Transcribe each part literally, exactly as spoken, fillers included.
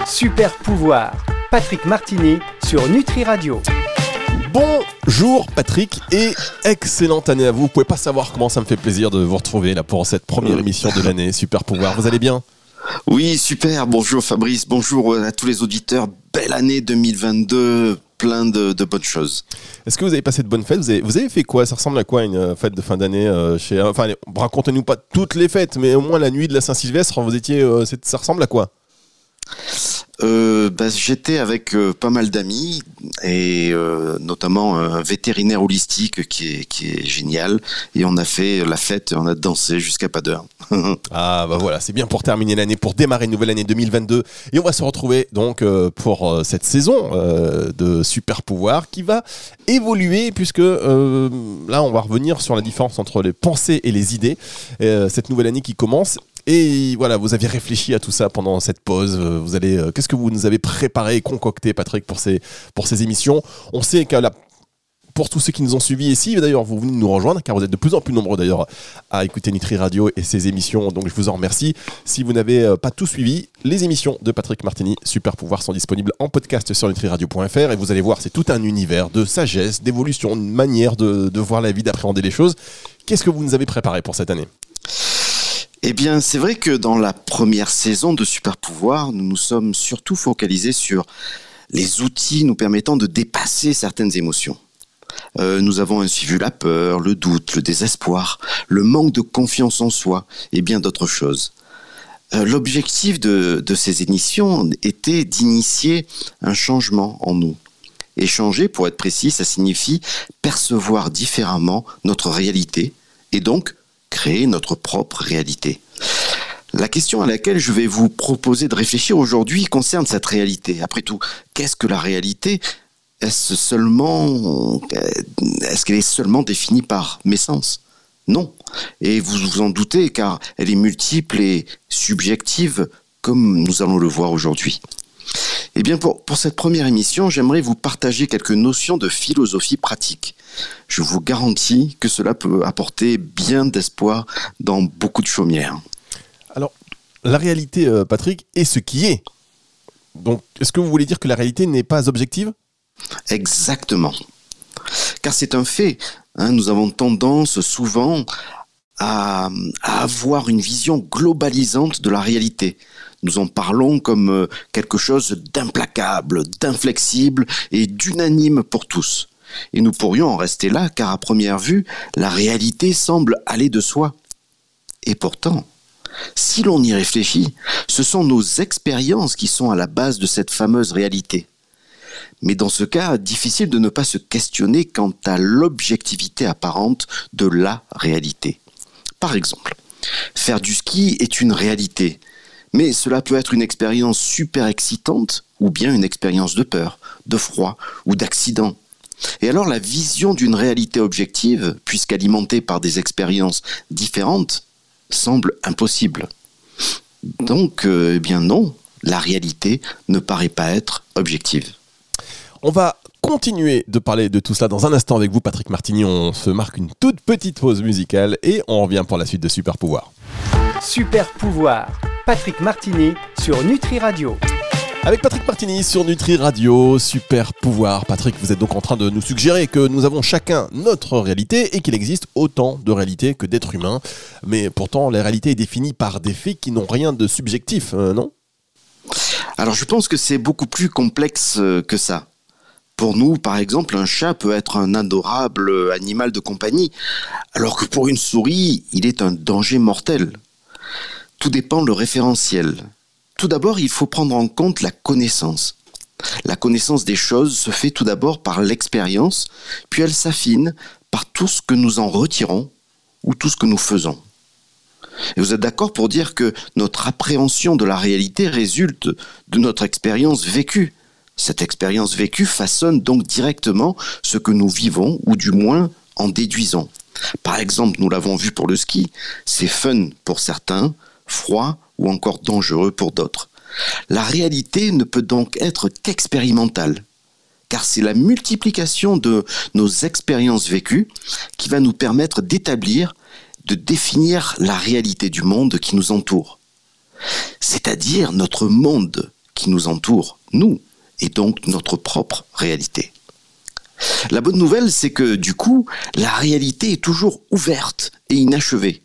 Super pouvoir, Patrick Martini sur Nutri Radio. Bonjour Patrick et excellente année à vous. Vous pouvez pas savoir comment ça me fait plaisir de vous retrouver là pour cette première émission de l'année Super pouvoir. Vous allez bien ? Oui, super. Bonjour Fabrice, bonjour à tous les auditeurs. Belle année deux mille vingt-deux, plein de, de bonnes choses. Est-ce que vous avez passé de bonnes fêtes ? Vous avez, vous avez fait quoi ? Ça ressemble à quoi une fête de fin d'année euh, chez... Enfin, allez, racontez-nous pas toutes les fêtes, mais au moins la nuit de la Saint-Sylvestre, vous étiez, euh, ça ressemble à quoi ? Euh, bah, j'étais avec euh, pas mal d'amis et euh, notamment un vétérinaire holistique qui est, qui est génial, et on a fait la fête, on a dansé jusqu'à pas d'heure. Ah bah voilà, c'est bien pour terminer l'année, pour démarrer une nouvelle année deux mille vingt-deux, et on va se retrouver donc euh, pour euh, cette saison euh, de Super pouvoir qui va évoluer, puisque euh, là on va revenir sur la différence entre les pensées et les idées, euh, cette nouvelle année qui commence. Et voilà, vous avez réfléchi à tout ça pendant cette pause. Vous allez, euh, qu'est-ce que vous nous avez préparé et concocté, Patrick, pour ces, pour ces émissions ? On sait que la, pour tous ceux qui nous ont suivis ici, d'ailleurs, vous venez de nous rejoindre, car vous êtes de plus en plus nombreux d'ailleurs à écouter Nutri Radio et ses émissions, donc je vous en remercie. Si vous n'avez euh, pas tout suivi, les émissions de Patrick Martini, Super pouvoir, sont disponibles en podcast sur nutri radio point f r, et vous allez voir, c'est tout un univers de sagesse, d'évolution, une manière de, de voir la vie, d'appréhender les choses. Qu'est-ce que vous nous avez préparé pour cette année ? Eh bien, c'est vrai que dans la première saison de Super pouvoir, nous nous sommes surtout focalisés sur les outils nous permettant de dépasser certaines émotions. Euh, nous avons ainsi vu la peur, le doute, le désespoir, le manque de confiance en soi et bien d'autres choses. Euh, l'objectif de, de ces émissions était d'initier un changement en nous. Et changer, pour être précis, ça signifie percevoir différemment notre réalité et donc créer notre propre réalité. La question à laquelle je vais vous proposer de réfléchir aujourd'hui concerne cette réalité. Après tout, qu'est-ce que la réalité ? Est-ce seulement, est-ce qu'elle est seulement définie par mes sens ? Non. Et vous vous en doutez, car elle est multiple et subjective, comme nous allons le voir aujourd'hui. Eh bien, pour, pour cette première émission, j'aimerais vous partager quelques notions de philosophie pratique. Je vous garantis que cela peut apporter bien d'espoir dans beaucoup de chaumières. Alors, la réalité, euh, Patrick, est ce qui est. Donc, est-ce que vous voulez dire que la réalité n'est pas objective ? Exactement. Car c'est un fait. Hein, nous avons tendance souvent à, à avoir une vision globalisante de la réalité. Nous en parlons comme quelque chose d'implacable, d'inflexible et d'unanime pour tous. Et nous pourrions en rester là, car à première vue, la réalité semble aller de soi. Et pourtant, si l'on y réfléchit, ce sont nos expériences qui sont à la base de cette fameuse réalité. Mais dans ce cas, difficile de ne pas se questionner quant à l'objectivité apparente de la réalité. Par exemple, faire du ski est une réalité, mais cela peut être une expérience super excitante ou bien une expérience de peur, de froid ou d'accident. Et alors la vision d'une réalité objective, puisqu'alimentée par des expériences différentes, semble impossible. Donc, euh, eh bien non, la réalité ne paraît pas être objective. On va continuer de parler de tout cela dans un instant avec vous, Patrick Martini. On se marque une toute petite pause musicale et on revient pour la suite de Super pouvoir. Super pouvoir, Patrick Martini sur Nutri Radio. Avec Patrick Martini sur Nutri Radio, Super pouvoir. Patrick, vous êtes donc en train de nous suggérer que nous avons chacun notre réalité et qu'il existe autant de réalités que d'êtres humains. Mais pourtant, la réalité est définie par des faits qui n'ont rien de subjectif, euh, non ? Alors je pense que c'est beaucoup plus complexe que ça. Pour nous, par exemple, un chat peut être un adorable animal de compagnie, alors que pour une souris, il est un danger mortel. Tout dépend le référentiel. Tout d'abord, il faut prendre en compte la connaissance. La connaissance des choses se fait tout d'abord par l'expérience, puis elle s'affine par tout ce que nous en retirons ou tout ce que nous faisons. Et vous êtes d'accord pour dire que notre appréhension de la réalité résulte de notre expérience vécue. Cette expérience vécue façonne donc directement ce que nous vivons, ou du moins en déduisons. Par exemple, nous l'avons vu pour le ski, c'est fun pour certains, froid ou encore dangereux pour d'autres. La réalité ne peut donc être qu'expérimentale, car c'est la multiplication de nos expériences vécues qui va nous permettre d'établir, de définir la réalité du monde qui nous entoure. C'est-à-dire notre monde qui nous entoure, nous, et donc notre propre réalité. La bonne nouvelle, c'est que du coup, la réalité est toujours ouverte et inachevée.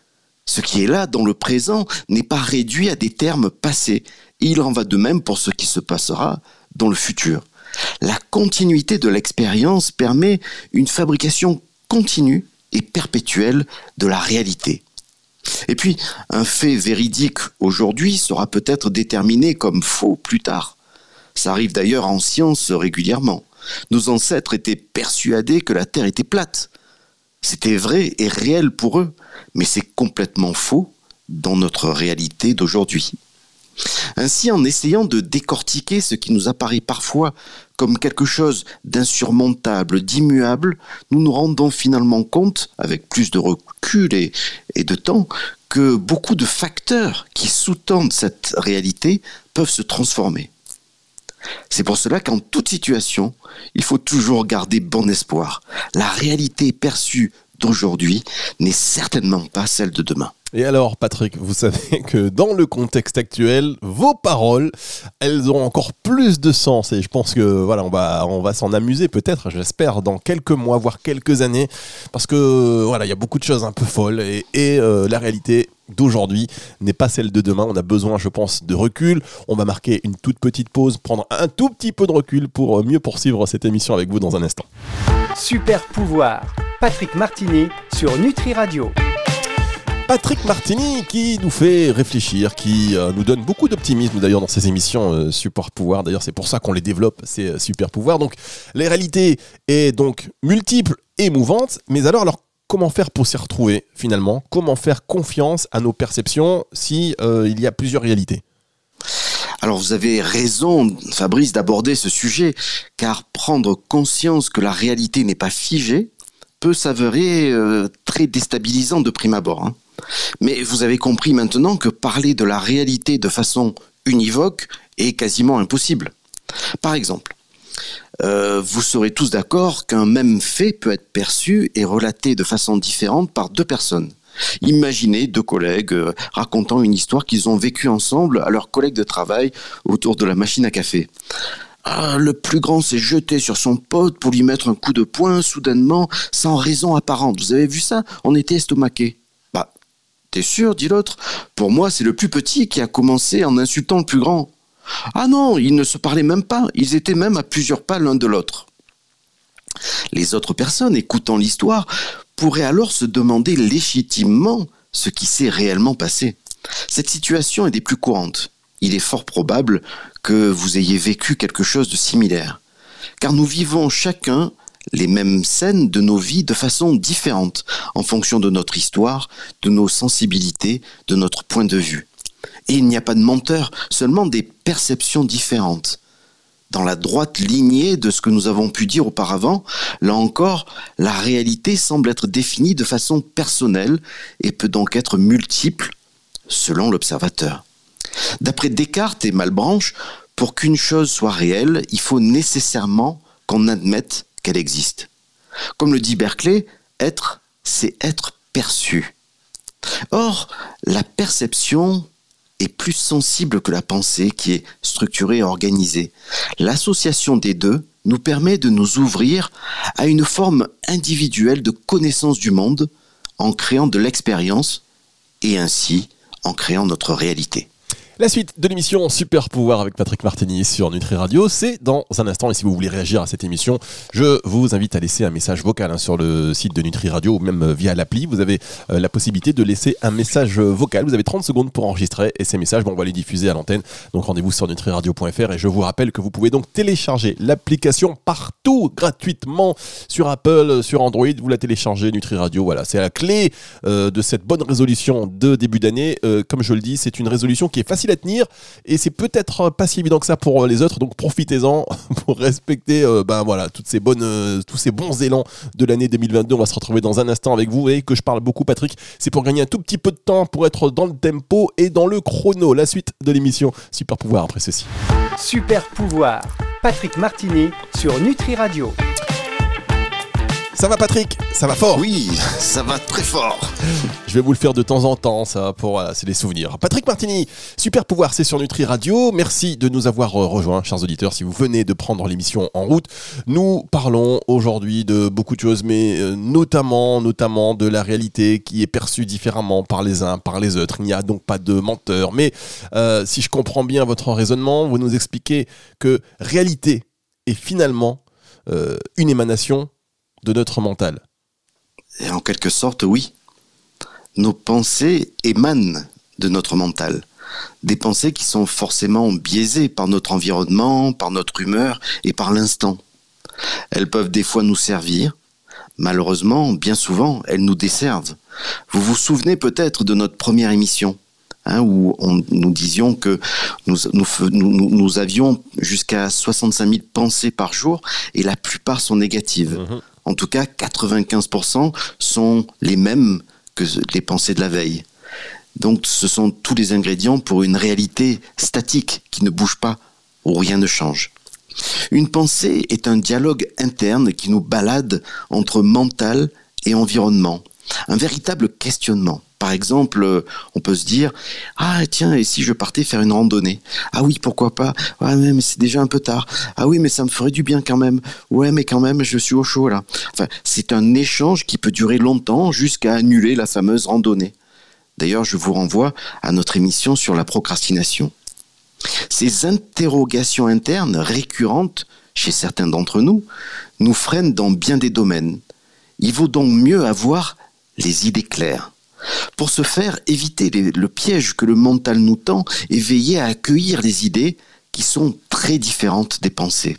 Ce qui est là dans le présent n'est pas réduit à des termes passés, et il en va de même pour ce qui se passera dans le futur. La continuité de l'expérience permet une fabrication continue et perpétuelle de la réalité. Et puis, un fait véridique aujourd'hui sera peut-être déterminé comme faux plus tard. Ça arrive d'ailleurs en science régulièrement. Nos ancêtres étaient persuadés que la Terre était plate. C'était vrai et réel pour eux, mais c'est complètement faux dans notre réalité d'aujourd'hui. Ainsi, en essayant de décortiquer ce qui nous apparaît parfois comme quelque chose d'insurmontable, d'immuable, nous nous rendons finalement compte, avec plus de recul et, et de temps, que beaucoup de facteurs qui sous-tendent cette réalité peuvent se transformer. C'est pour cela qu'en toute situation, il faut toujours garder bon espoir. La réalité perçue d'aujourd'hui n'est certainement pas celle de demain. Et alors, Patrick, vous savez que dans le contexte actuel, vos paroles, elles auront encore plus de sens. Et je pense que voilà, on va, on va s'en amuser peut-être, j'espère, dans quelques mois, voire quelques années, parce que voilà, il y a beaucoup de choses un peu folles et, et euh, la réalité d'aujourd'hui n'est pas celle de demain. On a besoin, je pense, de recul. On va marquer une toute petite pause, prendre un tout petit peu de recul pour mieux poursuivre cette émission avec vous dans un instant. Super pouvoir, Patrick Martini sur Nutri Radio. Patrick Martini qui nous fait réfléchir, qui euh, nous donne beaucoup d'optimisme d'ailleurs dans ces émissions euh, Super Pouvoir. D'ailleurs, c'est pour ça qu'on les développe, ces euh, Super Pouvoirs. Donc, la réalité est donc multiple et mouvante. Mais alors, alors comment faire pour s'y retrouver finalement ? Comment faire confiance à nos perceptions si euh, il y a plusieurs réalités ? Alors vous avez raison, Fabrice, d'aborder ce sujet, car prendre conscience que la réalité n'est pas figée peut s'avérer euh, très déstabilisant de prime abord. Hein. Mais vous avez compris maintenant que parler de la réalité de façon univoque est quasiment impossible. Par exemple, euh, vous serez tous d'accord qu'un même fait peut être perçu et relaté de façon différente par deux personnes. Imaginez deux collègues euh, racontant une histoire qu'ils ont vécue ensemble à leurs collègues de travail autour de la machine à café. Ah, le plus grand s'est jeté sur son pote pour lui mettre un coup de poing soudainement, sans raison apparente. Vous avez vu ça ? On était estomaqués. Bah, t'es sûr, dit l'autre. Pour moi, c'est le plus petit qui a commencé en insultant le plus grand. Ah non, ils ne se parlaient même pas. Ils étaient même à plusieurs pas l'un de l'autre. Les autres personnes, écoutant l'histoire, pourraient alors se demander légitimement ce qui s'est réellement passé. Cette situation est des plus courantes. Il est fort probable que vous ayez vécu quelque chose de similaire. Car nous vivons chacun les mêmes scènes de nos vies de façon différente, en fonction de notre histoire, de nos sensibilités, de notre point de vue. Et il n'y a pas de menteur, seulement des perceptions différentes. Dans la droite lignée de ce que nous avons pu dire auparavant, là encore, la réalité semble être définie de façon personnelle et peut donc être multiple selon l'observateur. D'après Descartes et Malebranche, pour qu'une chose soit réelle, il faut nécessairement qu'on admette qu'elle existe. Comme le dit Berkeley, être, c'est être perçu. Or, la perception est plus sensible que la pensée qui est structurée et organisée. L'association des deux nous permet de nous ouvrir à une forme individuelle de connaissance du monde en créant de l'expérience et ainsi en créant notre réalité. La suite de l'émission Super Pouvoir avec Patrick Martini sur Nutri Radio, c'est dans un instant. Et si vous voulez réagir à cette émission, je vous invite à laisser un message vocal hein, sur le site de Nutri Radio ou même via l'appli. Vous avez euh, la possibilité de laisser un message vocal. Vous avez trente secondes pour enregistrer et ces messages, bon, on va les diffuser à l'antenne. Donc rendez-vous sur nutri radio point f r et je vous rappelle que vous pouvez donc télécharger l'application partout gratuitement sur Apple, sur Android. Vous la téléchargez, Nutri Radio. Voilà, c'est la clé euh, de cette bonne résolution de début d'année. Euh, comme je le dis, c'est une résolution qui est facile à tenir et c'est peut-être pas si évident que ça pour les autres, donc profitez-en pour respecter euh, ben voilà, toutes ces bonnes, euh, tous ces bons élans de l'année deux mille vingt-deux. On va se retrouver dans un instant avec vous et que je parle beaucoup Patrick, c'est pour gagner un tout petit peu de temps pour être dans le tempo et dans le chrono. La suite de l'émission Super Pouvoir après ceci. Super pouvoir, Patrick Martini sur Nutri Radio. Ça va Patrick? Ça va fort? Oui, ça va très fort. Je vais vous le faire de temps en temps, ça, pour, voilà, c'est des souvenirs. Patrick Martini, Super Pouvoir, c'est sur Nutri Radio. Merci de nous avoir rejoints, chers auditeurs, si vous venez de prendre l'émission en route. Nous parlons aujourd'hui de beaucoup de choses, mais notamment, notamment de la réalité qui est perçue différemment par les uns, par les autres. Il n'y a donc pas de menteurs. Mais euh, si je comprends bien votre raisonnement, vous nous expliquez que réalité est finalement euh, une émanation de notre mental. Et en quelque sorte, oui. Nos pensées émanent de notre mental. Des pensées qui sont forcément biaisées par notre environnement, par notre humeur et par l'instant. Elles peuvent des fois nous servir. Malheureusement, bien souvent, elles nous desservent. Vous vous souvenez peut-être de notre première émission, hein, où on, nous disions que nous, nous, nous, nous avions jusqu'à soixante-cinq mille pensées par jour et la plupart sont négatives. Mmh. En tout cas, quatre-vingt-quinze pour cent sont les mêmes que les pensées de la veille. Donc, ce sont tous les ingrédients pour une réalité statique qui ne bouge pas, où rien ne change. Une pensée est un dialogue interne qui nous balade entre mental et environnement. Un véritable questionnement. Par exemple, on peut se dire « Ah tiens, et si je partais faire une randonnée ? Ah oui, pourquoi pas ? Ah mais c'est déjà un peu tard. Ah oui, mais ça me ferait du bien quand même. Ouais, mais quand même, je suis au chaud là. » Enfin, c'est un échange qui peut durer longtemps jusqu'à annuler la fameuse randonnée. D'ailleurs, je vous renvoie à notre émission sur la procrastination. Ces interrogations internes récurrentes chez certains d'entre nous nous freinent dans bien des domaines. Il vaut donc mieux avoir les idées claires. Pour ce faire, éviter les, le piège que le mental nous tend et veiller à accueillir les idées qui sont très différentes des pensées.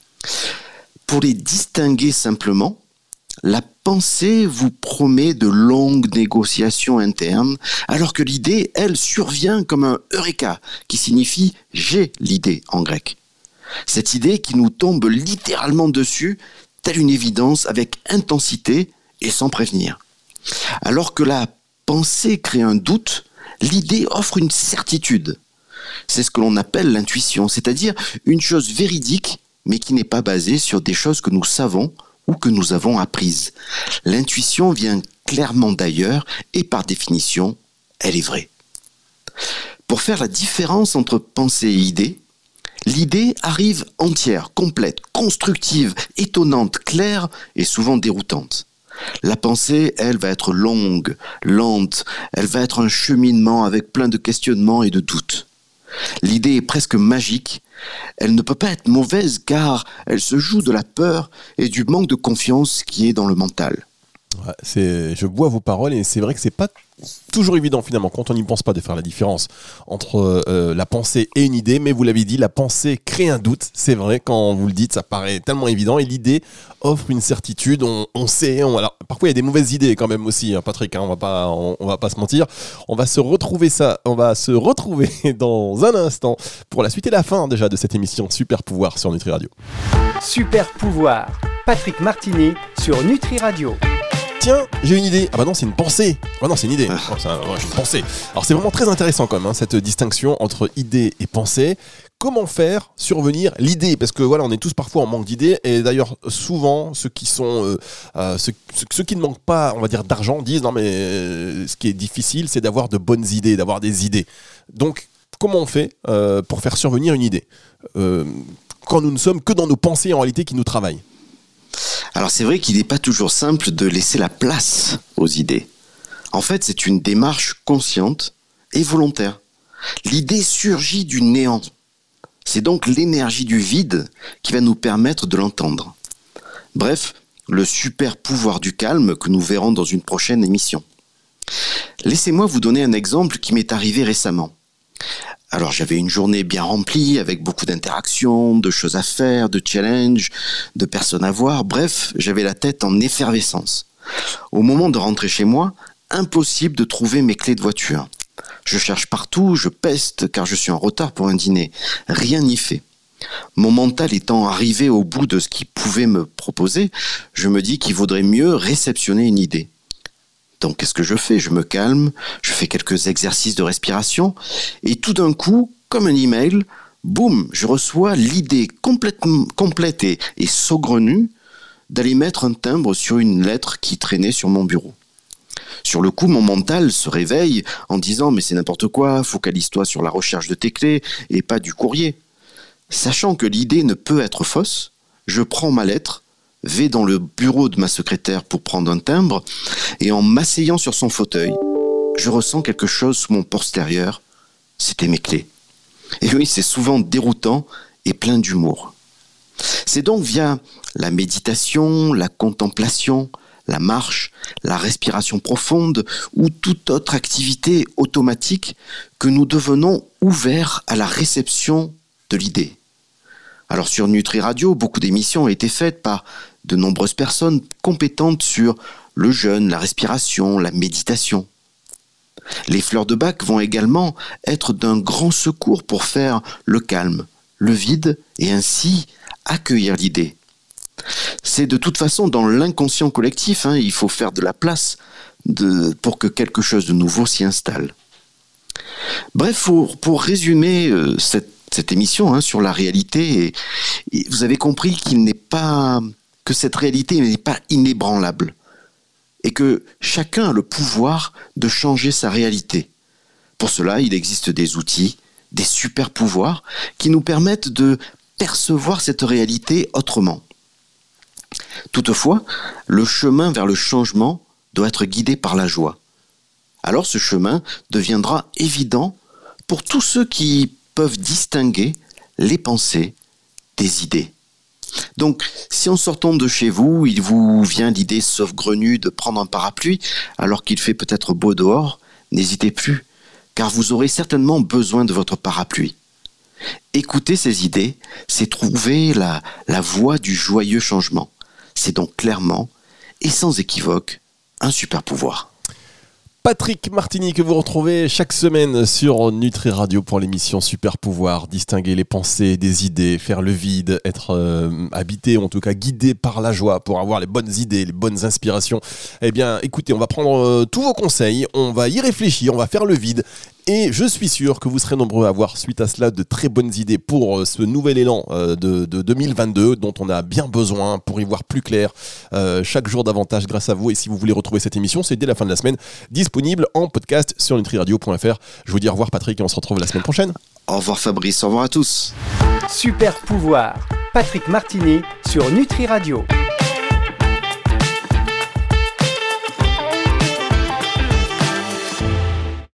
Pour les distinguer simplement, la pensée vous promet de longues négociations internes, alors que l'idée, elle, survient comme un eureka, qui signifie « j'ai l'idée » en grec. Cette idée qui nous tombe littéralement dessus, telle une évidence, avec intensité et sans prévenir. Alors que la pensée crée un doute, l'idée offre une certitude. C'est ce que l'on appelle l'intuition, c'est-à-dire une chose véridique, mais qui n'est pas basée sur des choses que nous savons ou que nous avons apprises. L'intuition vient clairement d'ailleurs et par définition, elle est vraie. Pour faire la différence entre pensée et idée, l'idée arrive entière, complète, constructive, étonnante, claire et souvent déroutante. La pensée, elle, va être longue, lente, elle va être un cheminement avec plein de questionnements et de doutes. L'idée est presque magique, elle ne peut pas être mauvaise car elle se joue de la peur et du manque de confiance qui est dans le mental. Ouais, c'est, je bois vos paroles et c'est vrai que c'est pas toujours évident finalement quand on n'y pense pas de faire la différence entre euh, la pensée et une idée, mais vous l'avez dit, la pensée crée un doute, c'est vrai, quand vous le dites ça paraît tellement évident, et l'idée offre une certitude, on, on sait, on, alors parfois il y a des mauvaises idées quand même aussi, hein, Patrick, hein, on va pas, on, on va pas se mentir, on va se retrouver ça, on va se retrouver dans un instant pour la suite et la fin déjà de cette émission Super Pouvoir sur Nutri Radio. Super Pouvoir, Patrick Martini sur Nutri Radio. Tiens, j'ai une idée. Ah bah non, c'est une pensée. Ah non, c'est une idée. Oh, c'est, un, ouais, c'est une pensée. Alors c'est vraiment très intéressant quand même, hein, cette distinction entre idée et pensée. Comment faire survenir l'idée ? Parce que voilà, on est tous parfois en manque d'idées. Et d'ailleurs, souvent, ceux qui sont, euh, euh, ceux, ceux qui ne manquent pas, on va dire, d'argent, disent non mais euh, ce qui est difficile, c'est d'avoir de bonnes idées, d'avoir des idées. Donc, comment on fait euh, pour faire survenir une idée euh, quand nous ne sommes que dans nos pensées en réalité qui nous travaillent ? Alors c'est vrai qu'il n'est pas toujours simple de laisser la place aux idées. En fait, c'est une démarche consciente et volontaire. L'idée surgit du néant. C'est donc l'énergie du vide qui va nous permettre de l'entendre. Bref, le super pouvoir du calme que nous verrons dans une prochaine émission. Laissez-moi vous donner un exemple qui m'est arrivé récemment. Alors j'avais une journée bien remplie avec beaucoup d'interactions, de choses à faire, de challenges, de personnes à voir. Bref, j'avais la tête en effervescence. Au moment de rentrer chez moi, impossible de trouver mes clés de voiture. Je cherche partout, je peste car je suis en retard pour un dîner. Rien n'y fait. Mon mental étant arrivé au bout de ce qu'il pouvait me proposer, je me dis qu'il vaudrait mieux réceptionner une idée. Donc, qu'est-ce que je fais ? Je me calme, je fais quelques exercices de respiration, et tout d'un coup, comme un email, boum, je reçois l'idée complètement, complète et, et saugrenue d'aller mettre un timbre sur une lettre qui traînait sur mon bureau. Sur le coup, mon mental se réveille en disant « mais c'est n'importe quoi, focalise-toi sur la recherche de tes clés et pas du courrier ». Sachant que l'idée ne peut être fausse, je prends ma lettre, vais dans le bureau de ma secrétaire pour prendre un timbre et en m'asseyant sur son fauteuil, je ressens quelque chose sous mon postérieur, c'était mes clés. Et oui, c'est souvent déroutant et plein d'humour. C'est donc via la méditation, la contemplation, la marche, la respiration profonde ou toute autre activité automatique que nous devenons ouverts à la réception de l'idée. Alors sur Nutri Radio, beaucoup d'émissions ont été faites par de nombreuses personnes compétentes sur le jeûne, la respiration, la méditation. Les fleurs de Bach vont également être d'un grand secours pour faire le calme, le vide et ainsi accueillir l'idée. C'est de toute façon dans l'inconscient collectif, hein, il faut faire de la place de, pour que quelque chose de nouveau s'y installe. Bref, pour, pour résumer euh, cette, cette émission hein, sur la réalité, et, et vous avez compris qu'il n'est pas, que cette réalité n'est pas inébranlable et que chacun a le pouvoir de changer sa réalité. Pour cela, il existe des outils, des super pouvoirs qui nous permettent de percevoir cette réalité autrement. Toutefois, le chemin vers le changement doit être guidé par la joie. Alors ce chemin deviendra évident pour tous ceux qui peuvent distinguer les pensées des idées. Donc, si en sortant de chez vous, il vous vient l'idée saugrenue de prendre un parapluie alors qu'il fait peut-être beau dehors, n'hésitez plus, car vous aurez certainement besoin de votre parapluie. Écouter ces idées, c'est trouver la, la voie du joyeux changement. C'est donc clairement et sans équivoque un super pouvoir. Patrick Martini que vous retrouvez chaque semaine sur Nutri Radio pour l'émission Super Pouvoir, distinguer les pensées des idées, faire le vide, être euh, habité ou en tout cas guidé par la joie pour avoir les bonnes idées, les bonnes inspirations. Eh bien écoutez, on va prendre euh, tous vos conseils, on va y réfléchir, on va faire le vide. Et je suis sûr que vous serez nombreux à avoir, suite à cela, de très bonnes idées pour ce nouvel élan de, de deux mille vingt-deux dont on a bien besoin pour y voir plus clair euh, chaque jour davantage grâce à vous. Et si vous voulez retrouver cette émission, c'est dès la fin de la semaine, disponible en podcast sur nutri radio point f r. Je vous dis au revoir Patrick et on se retrouve la semaine prochaine. Au revoir Fabrice, au revoir à tous. Super pouvoir, Patrick Martini sur Nutri Radio.